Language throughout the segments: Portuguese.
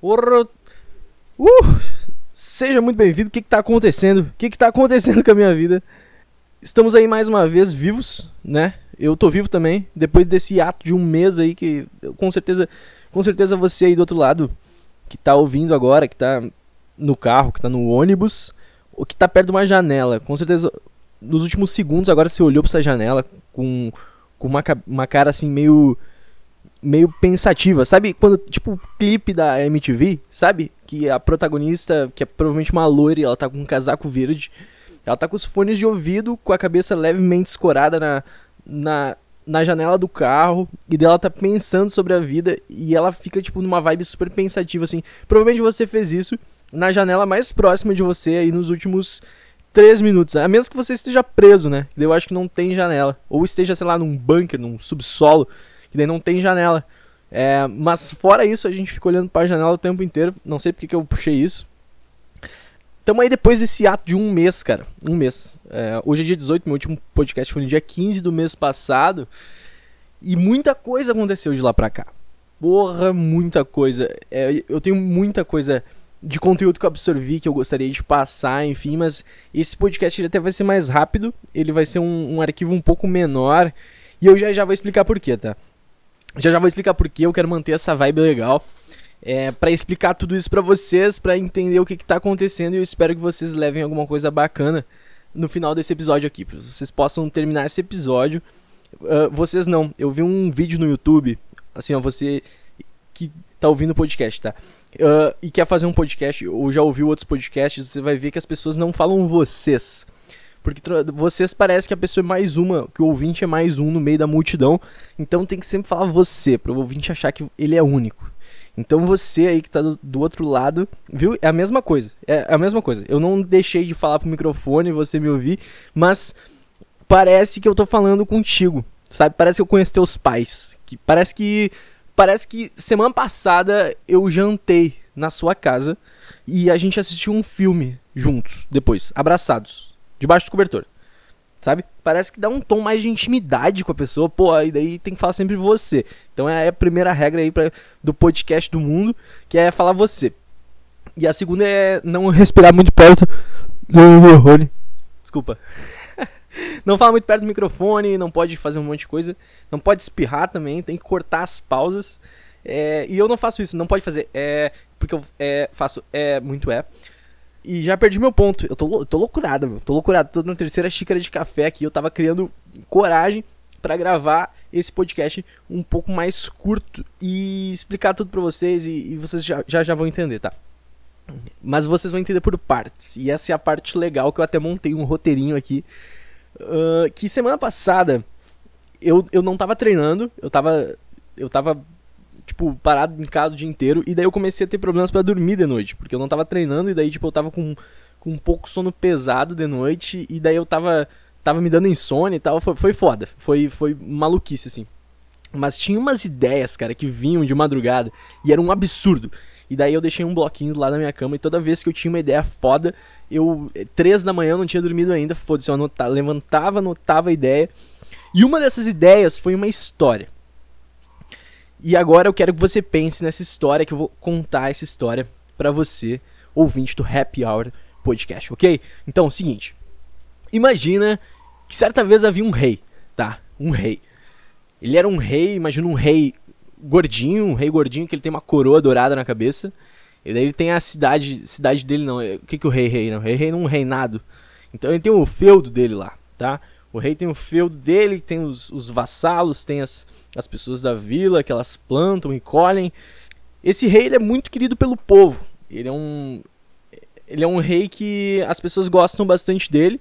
Porra! Seja muito bem-vindo. O que tá acontecendo? O que tá acontecendo com a minha vida? Estamos aí mais uma vez vivos, né? Eu tô vivo também, depois desse ato de um mês aí que com certeza você aí do outro lado que tá ouvindo agora, que tá no carro, que tá no ônibus, ou que tá perto de uma janela, com certeza nos últimos segundos agora você olhou pra essa janela com uma cara assim meio pensativa, sabe? Quando, tipo, o clipe da MTV, sabe? Que a protagonista, que é provavelmente uma loira, ela tá com um casaco verde, ela tá com os fones de ouvido, com a cabeça levemente escorada na janela do carro, e dela tá pensando sobre a vida, e ela fica, tipo, numa vibe super pensativa, assim. Provavelmente você fez isso na janela mais próxima de você aí nos últimos 3 minutos, a menos que você esteja preso, né? Eu acho que não tem janela, ou esteja, sei lá, num bunker, num subsolo, que daí não tem janela. Mas fora isso, a gente fica olhando pra janela o tempo inteiro. Não sei porque que eu puxei isso. Tamo aí depois desse ato de um mês, cara. Um mês. Hoje é dia 18, meu último podcast foi no dia 15 do mês passado. E muita coisa aconteceu de lá pra cá. Porra, muita coisa. Eu tenho muita coisa de conteúdo que eu absorvi, que eu gostaria de passar, enfim. Mas esse podcast até vai ser mais rápido. Ele vai ser um arquivo um pouco menor. E eu já vou explicar por quê, tá? Já vou explicar por quê. Eu quero manter essa vibe legal. Pra explicar tudo isso pra vocês, pra entender o que tá acontecendo. E eu espero que vocês levem alguma coisa bacana no final desse episódio aqui, pra vocês possam terminar esse episódio. Vocês não, eu vi um vídeo no YouTube, assim, ó, você que tá ouvindo o podcast, tá? E quer fazer um podcast, ou já ouviu outros podcasts, você vai ver que as pessoas não falam vocês. Porque vocês parece que a pessoa é mais uma, que o ouvinte é mais um no meio da multidão. Então tem que sempre falar você, para o ouvinte achar que ele é único. Então você aí que tá do outro lado, viu? É a mesma coisa. Eu não deixei de falar pro microfone, você me ouvir, mas parece que eu tô falando contigo, sabe? Parece que eu conheço teus pais. Parece que semana passada eu jantei na sua casa e a gente assistiu um filme juntos, depois, abraçados. Debaixo do cobertor, sabe? Parece que dá um tom mais de intimidade com a pessoa. Pô, e daí tem que falar sempre você. Então é a primeira regra aí do podcast do mundo, que é falar você. E a segunda é não respirar muito perto do microfone. Desculpa. Não fala muito perto do microfone, não pode fazer um monte de coisa. Não pode espirrar também, tem que cortar as pausas. E eu não faço isso, não pode fazer. Porque eu faço muito. E já perdi meu ponto. Eu tô loucurado, meu. Tô loucurado. Tô na 3ª xícara de café aqui. Eu tava criando coragem pra gravar esse podcast um pouco mais curto e explicar tudo pra vocês. E vocês já vão entender, tá? Mas vocês vão entender por partes. E essa é a parte legal, que eu até montei um roteirinho aqui. Que semana passada eu não tava treinando. Eu tava tipo, parado em casa o dia inteiro. E daí eu comecei a ter problemas pra dormir de noite, porque eu não tava treinando. E daí, tipo, eu tava com um pouco sono pesado de noite. E daí eu tava me dando insônia e tal. Foi foda, foi maluquice, assim. Mas tinha umas ideias, cara, que vinham de madrugada e era um absurdo. E daí eu deixei um bloquinho lá na minha cama. E toda vez que eu tinha uma ideia foda, 3 da manhã eu não tinha dormido ainda. Foda-se, eu levantava, anotava a ideia. E uma dessas ideias foi uma história. E agora eu quero que você pense nessa história, que eu vou contar essa história pra você, ouvinte do Happy Hour Podcast, ok? Então, é o seguinte. Imagina que certa vez havia um rei, tá? Um rei. Ele era um rei, imagina um rei gordinho, que ele tem uma coroa dourada na cabeça. E daí ele tem a cidade dele, não. O que o rei não? O rei é um reinado. Então ele tem o feudo dele lá, tá? O rei tem o feudo dele, tem os vassalos, tem as pessoas da vila que elas plantam e colhem. Esse rei ele é muito querido pelo povo. Ele é um rei que as pessoas gostam bastante dele.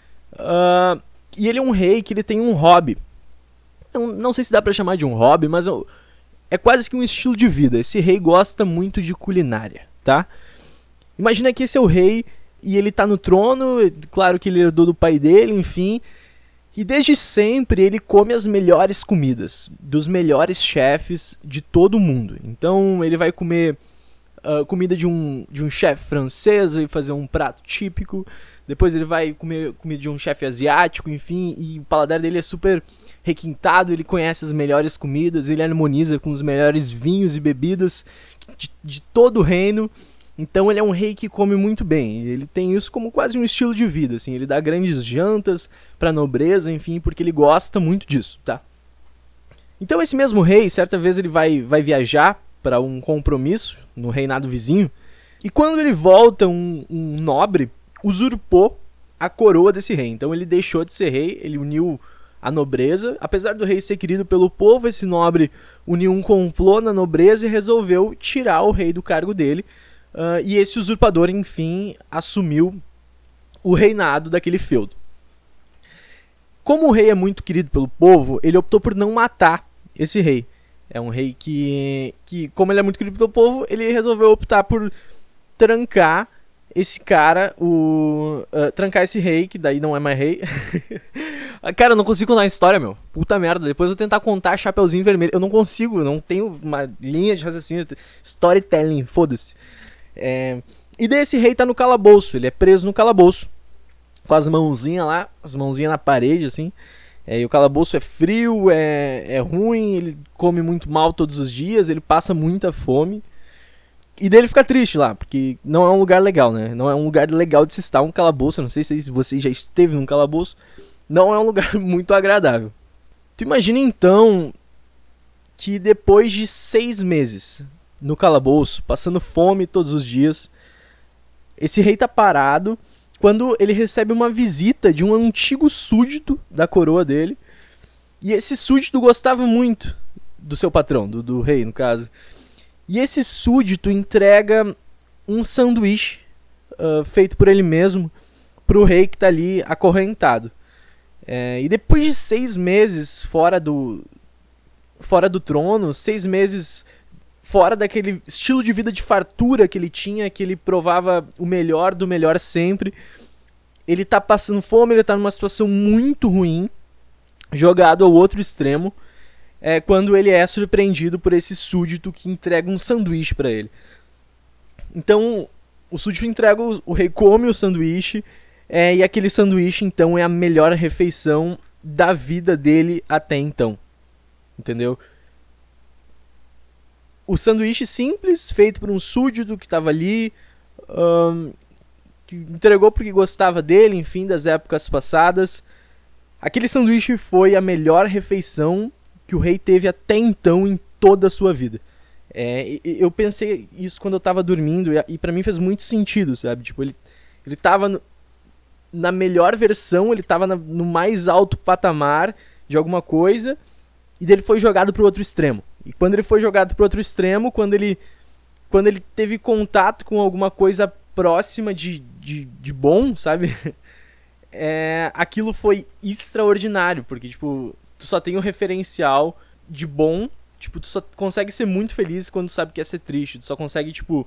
E ele é um rei que ele tem um hobby. Eu não sei se dá pra chamar de um hobby, mas é quase que um estilo de vida. Esse rei gosta muito de culinária, tá? Imagina que esse é o rei e ele tá no trono. Claro que ele herdou do pai dele, enfim. E desde sempre ele come as melhores comidas, dos melhores chefes de todo o mundo. Então ele vai comer comida de um chefe francês, vai fazer um prato típico. Depois ele vai comer comida de um chefe asiático, enfim. E o paladar dele é super requintado, ele conhece as melhores comidas, ele harmoniza com os melhores vinhos e bebidas que de todo o reino. Então ele é um rei que come muito bem. Ele tem isso como quase um estilo de vida, assim. Ele dá grandes jantas pra nobreza, enfim, porque ele gosta muito disso, tá? Então esse mesmo rei, certa vez ele vai viajar para um compromisso no reinado vizinho. E quando ele volta, um nobre usurpou a coroa desse rei. Então ele deixou de ser rei, ele uniu a nobreza. Apesar do rei ser querido pelo povo, esse nobre uniu um complô na nobreza e resolveu tirar o rei do cargo dele. E esse usurpador, enfim, assumiu o reinado daquele feudo. Como o rei é muito querido pelo povo, ele optou por não matar esse rei. É um rei que como ele é muito querido pelo povo, ele resolveu optar por trancar esse cara, trancar esse rei, que daí não é mais rei. Cara, eu não consigo contar a história, meu. Puta merda, depois eu vou tentar contar Chapeuzinho Vermelho. Eu não consigo, eu não tenho uma linha de raciocínio. Storytelling, foda-se. E daí esse rei tá no calabouço, ele é preso no calabouço, com as mãozinhas lá, as mãozinhas na parede, assim. E o calabouço é frio, é ruim, ele come muito mal todos os dias, ele passa muita fome. E daí ele fica triste lá, porque não é um lugar legal, né? Não é um lugar legal de se estar, um calabouço. Eu não sei se você já esteve num calabouço. Não é um lugar muito agradável. Tu imagina então que depois de 6 meses no calabouço, passando fome todos os dias, esse rei tá parado quando ele recebe uma visita de um antigo súdito da coroa dele. E esse súdito gostava muito do seu patrão, do rei, no caso. E esse súdito entrega um sanduíche feito por ele mesmo pro rei que tá ali acorrentado. E depois de 6 meses fora do trono, 6 meses fora daquele estilo de vida de fartura que ele tinha, que ele provava o melhor do melhor sempre, ele tá passando fome, ele tá numa situação muito ruim, jogado ao outro extremo, quando ele é surpreendido por esse súdito que entrega um sanduíche pra ele. Então, o súdito entrega, o rei come o sanduíche, e aquele sanduíche, então, é a melhor refeição da vida dele até então. Entendeu? O sanduíche simples, feito por um súdito que estava ali, que entregou porque gostava dele, enfim, das épocas passadas. Aquele sanduíche foi a melhor refeição que o rei teve até então em toda a sua vida. Eu pensei isso quando eu tava dormindo, e pra mim fez muito sentido, sabe? Tipo, ele tava na melhor versão, ele tava no mais alto patamar de alguma coisa, e daí ele foi jogado pro outro extremo. E quando ele foi jogado pro outro extremo, quando ele teve contato com alguma coisa próxima de bom, sabe? Aquilo foi extraordinário, porque, tipo, tu só tem um referencial de bom, tipo, tu só consegue ser muito feliz quando tu sabe que é ser triste, tu só consegue, tipo,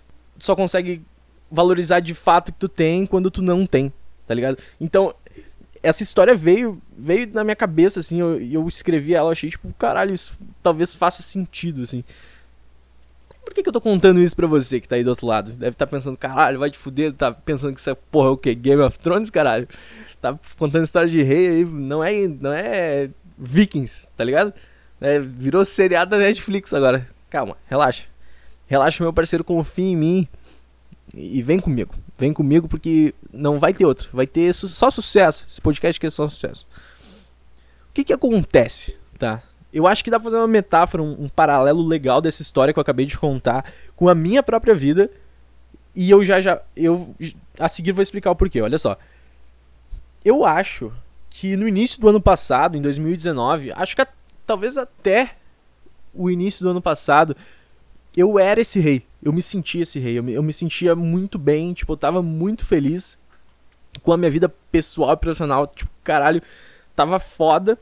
valorizar de fato o que tu tem quando tu não tem, tá ligado? Então, essa história veio na minha cabeça, assim, eu escrevi ela, eu achei, tipo, caralho, isso talvez faça sentido, assim. Por que eu tô contando isso pra você que tá aí do outro lado? Deve estar pensando, caralho, vai te fuder, tá pensando que isso é, porra, é o quê? Game of Thrones, caralho? Tá contando história de rei aí, não é Vikings, tá ligado? Virou seriado da Netflix agora. Calma, relaxa. Relaxa, meu parceiro, confia em mim e vem comigo. Vem comigo porque não vai ter outro. Vai ter só sucesso. Esse podcast aqui é só sucesso. O que acontece, tá? Eu acho que dá pra fazer uma metáfora, um paralelo legal dessa história que eu acabei de contar com a minha própria vida. E eu a seguir vou explicar o porquê, olha só. Eu acho que no início do ano passado, em 2019, acho que talvez até o início do ano passado, eu era esse rei. Eu me sentia esse rei. Eu me sentia muito bem. Tipo, eu tava muito feliz com a minha vida pessoal e profissional. Tipo, caralho, tava foda.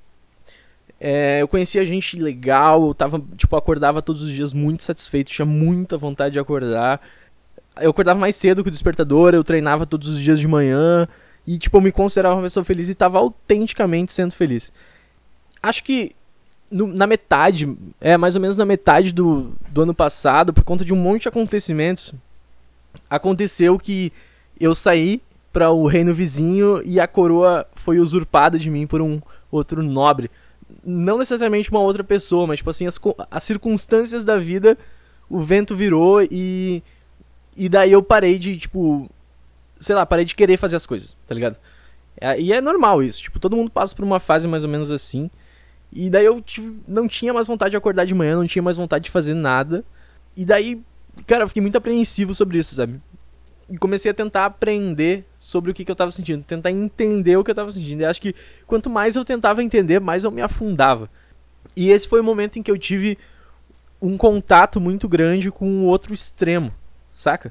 Eu conhecia gente legal. Eu tava, tipo, acordava todos os dias muito satisfeito. Tinha muita vontade de acordar. Eu acordava mais cedo que o despertador. Eu treinava todos os dias de manhã. E, tipo, eu me considerava uma pessoa feliz e tava autenticamente sendo feliz. Acho que na metade, mais ou menos na metade do ano passado, por conta de um monte de acontecimentos, aconteceu que eu saí para o reino vizinho e a coroa foi usurpada de mim por um outro nobre. Não necessariamente uma outra pessoa, mas tipo assim, as circunstâncias da vida o vento virou e daí eu parei de, tipo, sei lá, parei de querer fazer as coisas, tá ligado? E é normal isso, tipo, todo mundo passa por uma fase mais ou menos assim. E daí eu não tinha mais vontade de acordar de manhã, não tinha mais vontade de fazer nada. E daí, cara, eu fiquei muito apreensivo sobre isso, sabe? E comecei a tentar aprender sobre o que eu tava sentindo, tentar entender o que eu tava sentindo. E acho que quanto mais eu tentava entender, mais eu me afundava. E esse foi o momento em que eu tive um contato muito grande com o outro extremo, saca?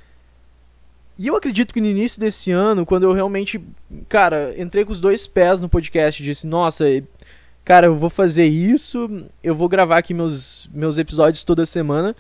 E eu acredito que no início desse ano, quando eu realmente, cara, entrei com os 2 pés no podcast e disse, nossa, cara, eu vou fazer isso, eu vou gravar aqui meus episódios toda semana.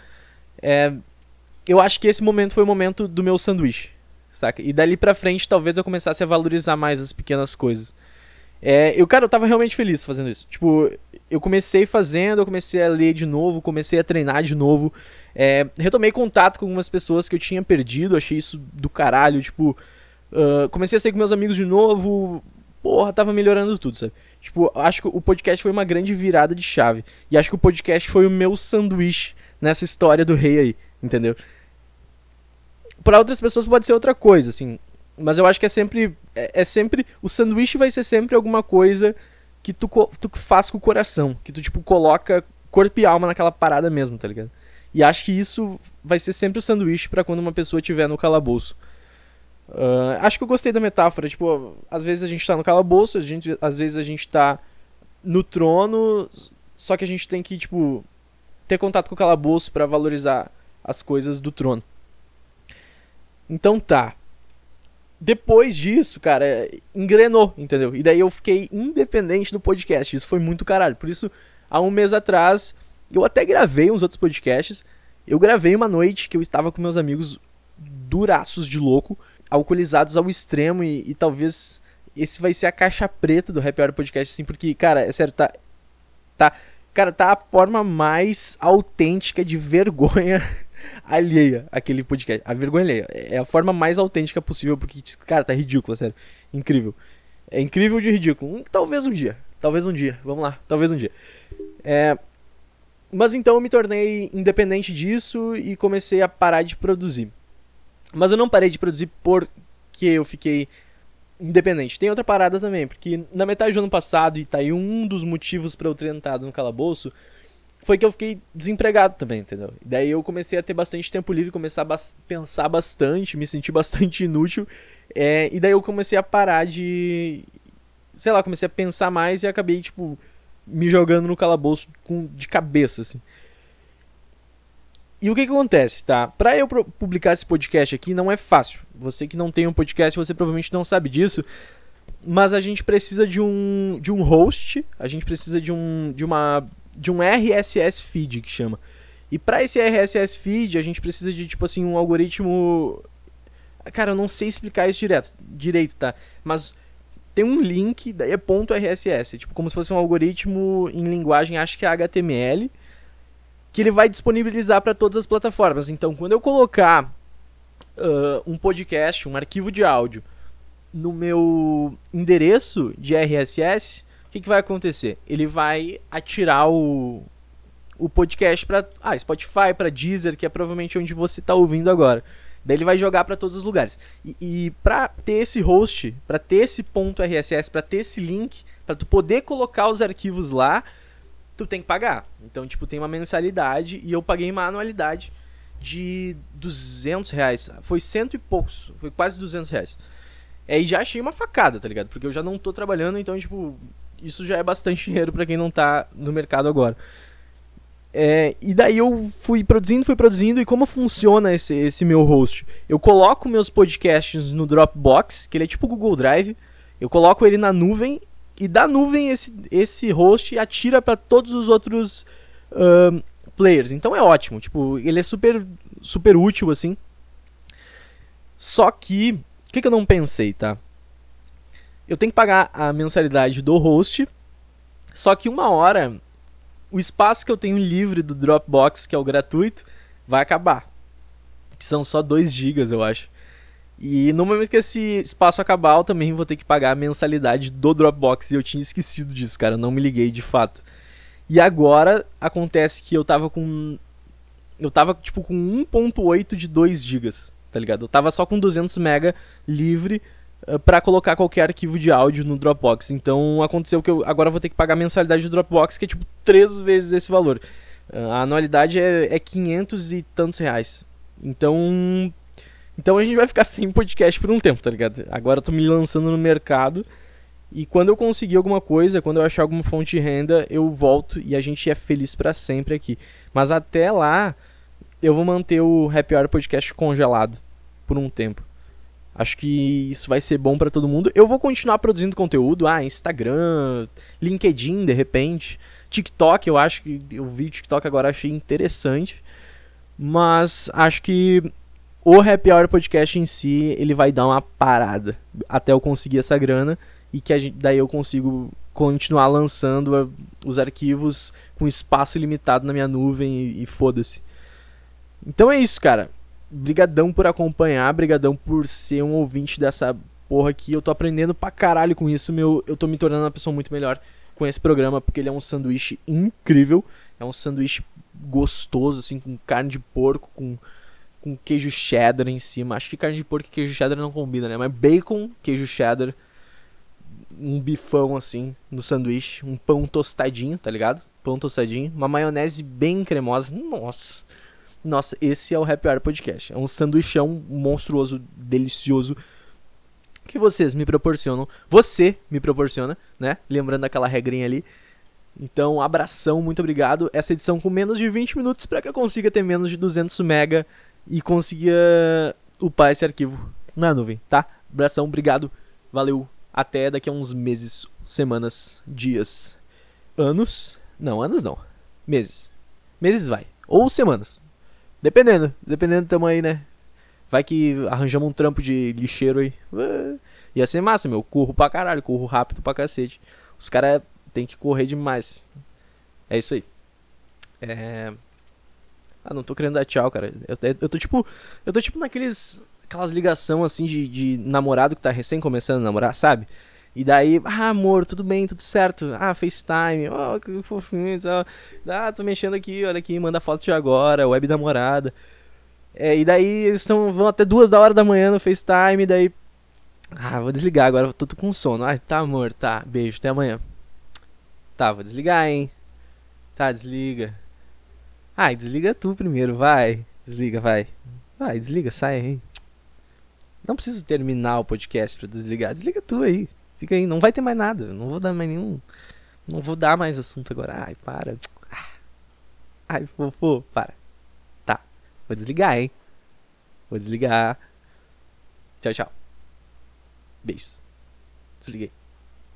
Eu acho que esse momento foi o momento do meu sanduíche, saca? E dali pra frente, talvez eu começasse a valorizar mais as pequenas coisas. Eu tava realmente feliz fazendo isso. Tipo, eu comecei fazendo, eu comecei a ler de novo, comecei a treinar de novo. Retomei contato com algumas pessoas que eu tinha perdido, achei isso do caralho. Tipo, comecei a sair com meus amigos de novo. Porra, tava melhorando tudo, sabe? Tipo, acho que o podcast foi uma grande virada de chave. E acho que o podcast foi o meu sanduíche nessa história do rei aí, entendeu? Para outras pessoas pode ser outra coisa, assim. Mas eu acho que é sempre... o sanduíche vai ser sempre alguma coisa que tu faz com o coração. Que tu, tipo, coloca corpo e alma naquela parada mesmo, tá ligado? E acho que isso vai ser sempre o sanduíche pra quando uma pessoa estiver no calabouço. Acho que eu gostei da metáfora. Tipo, às vezes a gente tá no calabouço, às vezes a gente tá no trono, só que a gente tem que, tipo, ter contato com o calabouço pra valorizar as coisas do trono. Então tá. Depois disso, cara, engrenou, entendeu? E daí eu fiquei independente do podcast. Isso foi muito caralho. Por isso, há um mês atrás, eu até gravei uns outros podcasts. Eu gravei uma noite que eu estava com meus amigos duraços de louco, alcoolizados ao extremo, e talvez esse vai ser a caixa preta do Happy Hour Podcast, assim, porque, cara, é sério, tá a forma mais autêntica de vergonha alheia aquele podcast. A vergonha alheia. É a forma mais autêntica possível, porque, cara, tá ridículo, sério. Incrível. É incrível de ridículo. Talvez um dia. Vamos lá. Talvez um dia. Mas então eu me tornei independente disso e comecei a parar de produzir. Mas eu não parei de produzir porque eu fiquei independente. Tem outra parada também, porque na metade do ano passado, e tá aí um dos motivos pra eu ter entrado no calabouço, foi que eu fiquei desempregado também, entendeu? Daí eu comecei a ter bastante tempo livre, começar a pensar bastante, me sentir bastante inútil. E daí eu comecei a parar de... Sei lá, comecei a pensar mais e acabei, tipo, me jogando no calabouço de cabeça, assim. E o que acontece, tá? Pra eu publicar esse podcast aqui não é fácil. Você que não tem um podcast, você provavelmente não sabe disso. Mas a gente precisa de um host, a gente precisa de um RSS feed, que chama. E pra esse RSS feed, a gente precisa de, tipo assim, um algoritmo... Cara, eu não sei explicar isso direito, tá? Mas tem um link, daí é .rss, tipo como se fosse um algoritmo em linguagem, acho que é HTML, que ele vai disponibilizar para todas as plataformas. Então, quando eu colocar um podcast, um arquivo de áudio, no meu endereço de RSS, o que vai acontecer? Ele vai atirar o podcast para Spotify, para Deezer, que é provavelmente onde você está ouvindo agora. Daí ele vai jogar para todos os lugares. E para ter esse host, para ter esse .rss, para ter esse link, para tu poder colocar os arquivos lá, tu tem que pagar. Então, tipo, tem uma mensalidade e eu paguei uma anualidade de R$200. Foi 100 e poucos, foi quase R$200. E já achei uma facada, tá ligado? Porque eu já não tô trabalhando, então, tipo, isso já é bastante dinheiro pra quem não tá no mercado agora. E daí eu fui produzindo, e como funciona esse meu host? Eu coloco meus podcasts no Dropbox, que ele é tipo o Google Drive, eu coloco ele na nuvem, e da nuvem esse host atira para todos os outros players. Então é ótimo, tipo, ele é super, super útil, assim. Só que, o que eu não pensei, tá? Eu tenho que pagar a mensalidade do host, só que uma hora... O espaço que eu tenho livre do Dropbox, que é o gratuito, vai acabar. Que são só 2 GB, eu acho. E no momento que esse espaço acabar, eu também vou ter que pagar a mensalidade do Dropbox. E eu tinha esquecido disso, cara. Eu não me liguei de fato. E agora, acontece que eu tava com eu tava tipo com 1.8 de 2 gigas, tá ligado? Eu tava só com 200 mega livre pra colocar qualquer arquivo de áudio no Dropbox. Então aconteceu que eu agora vou ter que pagar a mensalidade do Dropbox, que é tipo 3 vezes esse valor. A anualidade é 500 e tantos reais. Então a gente vai ficar sem podcast por um tempo, tá ligado? Agora eu tô me lançando no mercado. E quando eu conseguir alguma coisa, quando eu achar alguma fonte de renda, eu volto e a gente é feliz pra sempre aqui. Mas até lá, eu vou manter o Happy Hour Podcast congelado por um tempo. Acho que isso vai ser bom pra todo mundo. Eu vou continuar produzindo conteúdo, Instagram, LinkedIn, de repente. TikTok, eu acho que eu vi TikTok agora, achei interessante. Mas acho que o Happy Hour Podcast em si, ele vai dar uma parada até eu conseguir essa grana. E que daí eu consigo continuar lançando os arquivos com espaço ilimitado na minha nuvem e foda-se. Então é isso, cara. Brigadão por acompanhar, brigadão por ser um ouvinte dessa porra aqui. Eu tô aprendendo pra caralho com isso, eu tô me tornando uma pessoa muito melhor com esse programa, porque ele é um sanduíche incrível. É um sanduíche gostoso, assim, com carne de porco, com queijo cheddar em cima. Acho que carne de porco e queijo cheddar não combina, né? Mas bacon, queijo cheddar, um bifão assim no sanduíche, um pão tostadinho, tá ligado? Pão tostadinho, uma maionese bem cremosa. Nossa, esse é o Happy Hour Podcast. É um sanduichão monstruoso, delicioso, que vocês me proporcionam. Você me proporciona, né? Lembrando aquela regrinha ali. Então, abração, muito obrigado. Essa edição com menos de 20 minutos para que eu consiga ter menos de 200 mega e consiga upar esse arquivo na nuvem, tá? Abração, obrigado, valeu. Até daqui a uns meses, semanas, dias, anos. Não, anos não. Meses. Meses vai. Ou semanas. Dependendo do tamanho, né? Vai que arranjamos um trampo de lixeiro aí. Ia ser massa, meu. Corro pra caralho, corro rápido pra cacete. Os caras tem que correr demais. É isso aí. Não tô querendo dar tchau, cara. Eu tô tipo aquelas ligação assim de namorado que tá recém começando a namorar, sabe? E daí, amor, tudo bem, tudo certo. FaceTime, que fofinho, tô mexendo aqui, olha aqui, manda foto de agora, web namorada. E daí eles vão até 2 da hora da manhã no FaceTime, daí vou desligar agora, tô com sono. Tá, amor, tá, beijo, até amanhã. Tá, vou desligar, hein. Tá, desliga. Desliga tu primeiro, vai. Desliga, vai. Vai, desliga, sai aí. Não preciso terminar o podcast pra desligar. Desliga tu aí. Fica aí, não vai ter mais nada. Não vou dar mais nenhum. Não vou dar mais assunto agora. Para. Fofo, para. Tá. Vou desligar, hein. Vou desligar. Tchau, tchau. Beijos. Desliguei.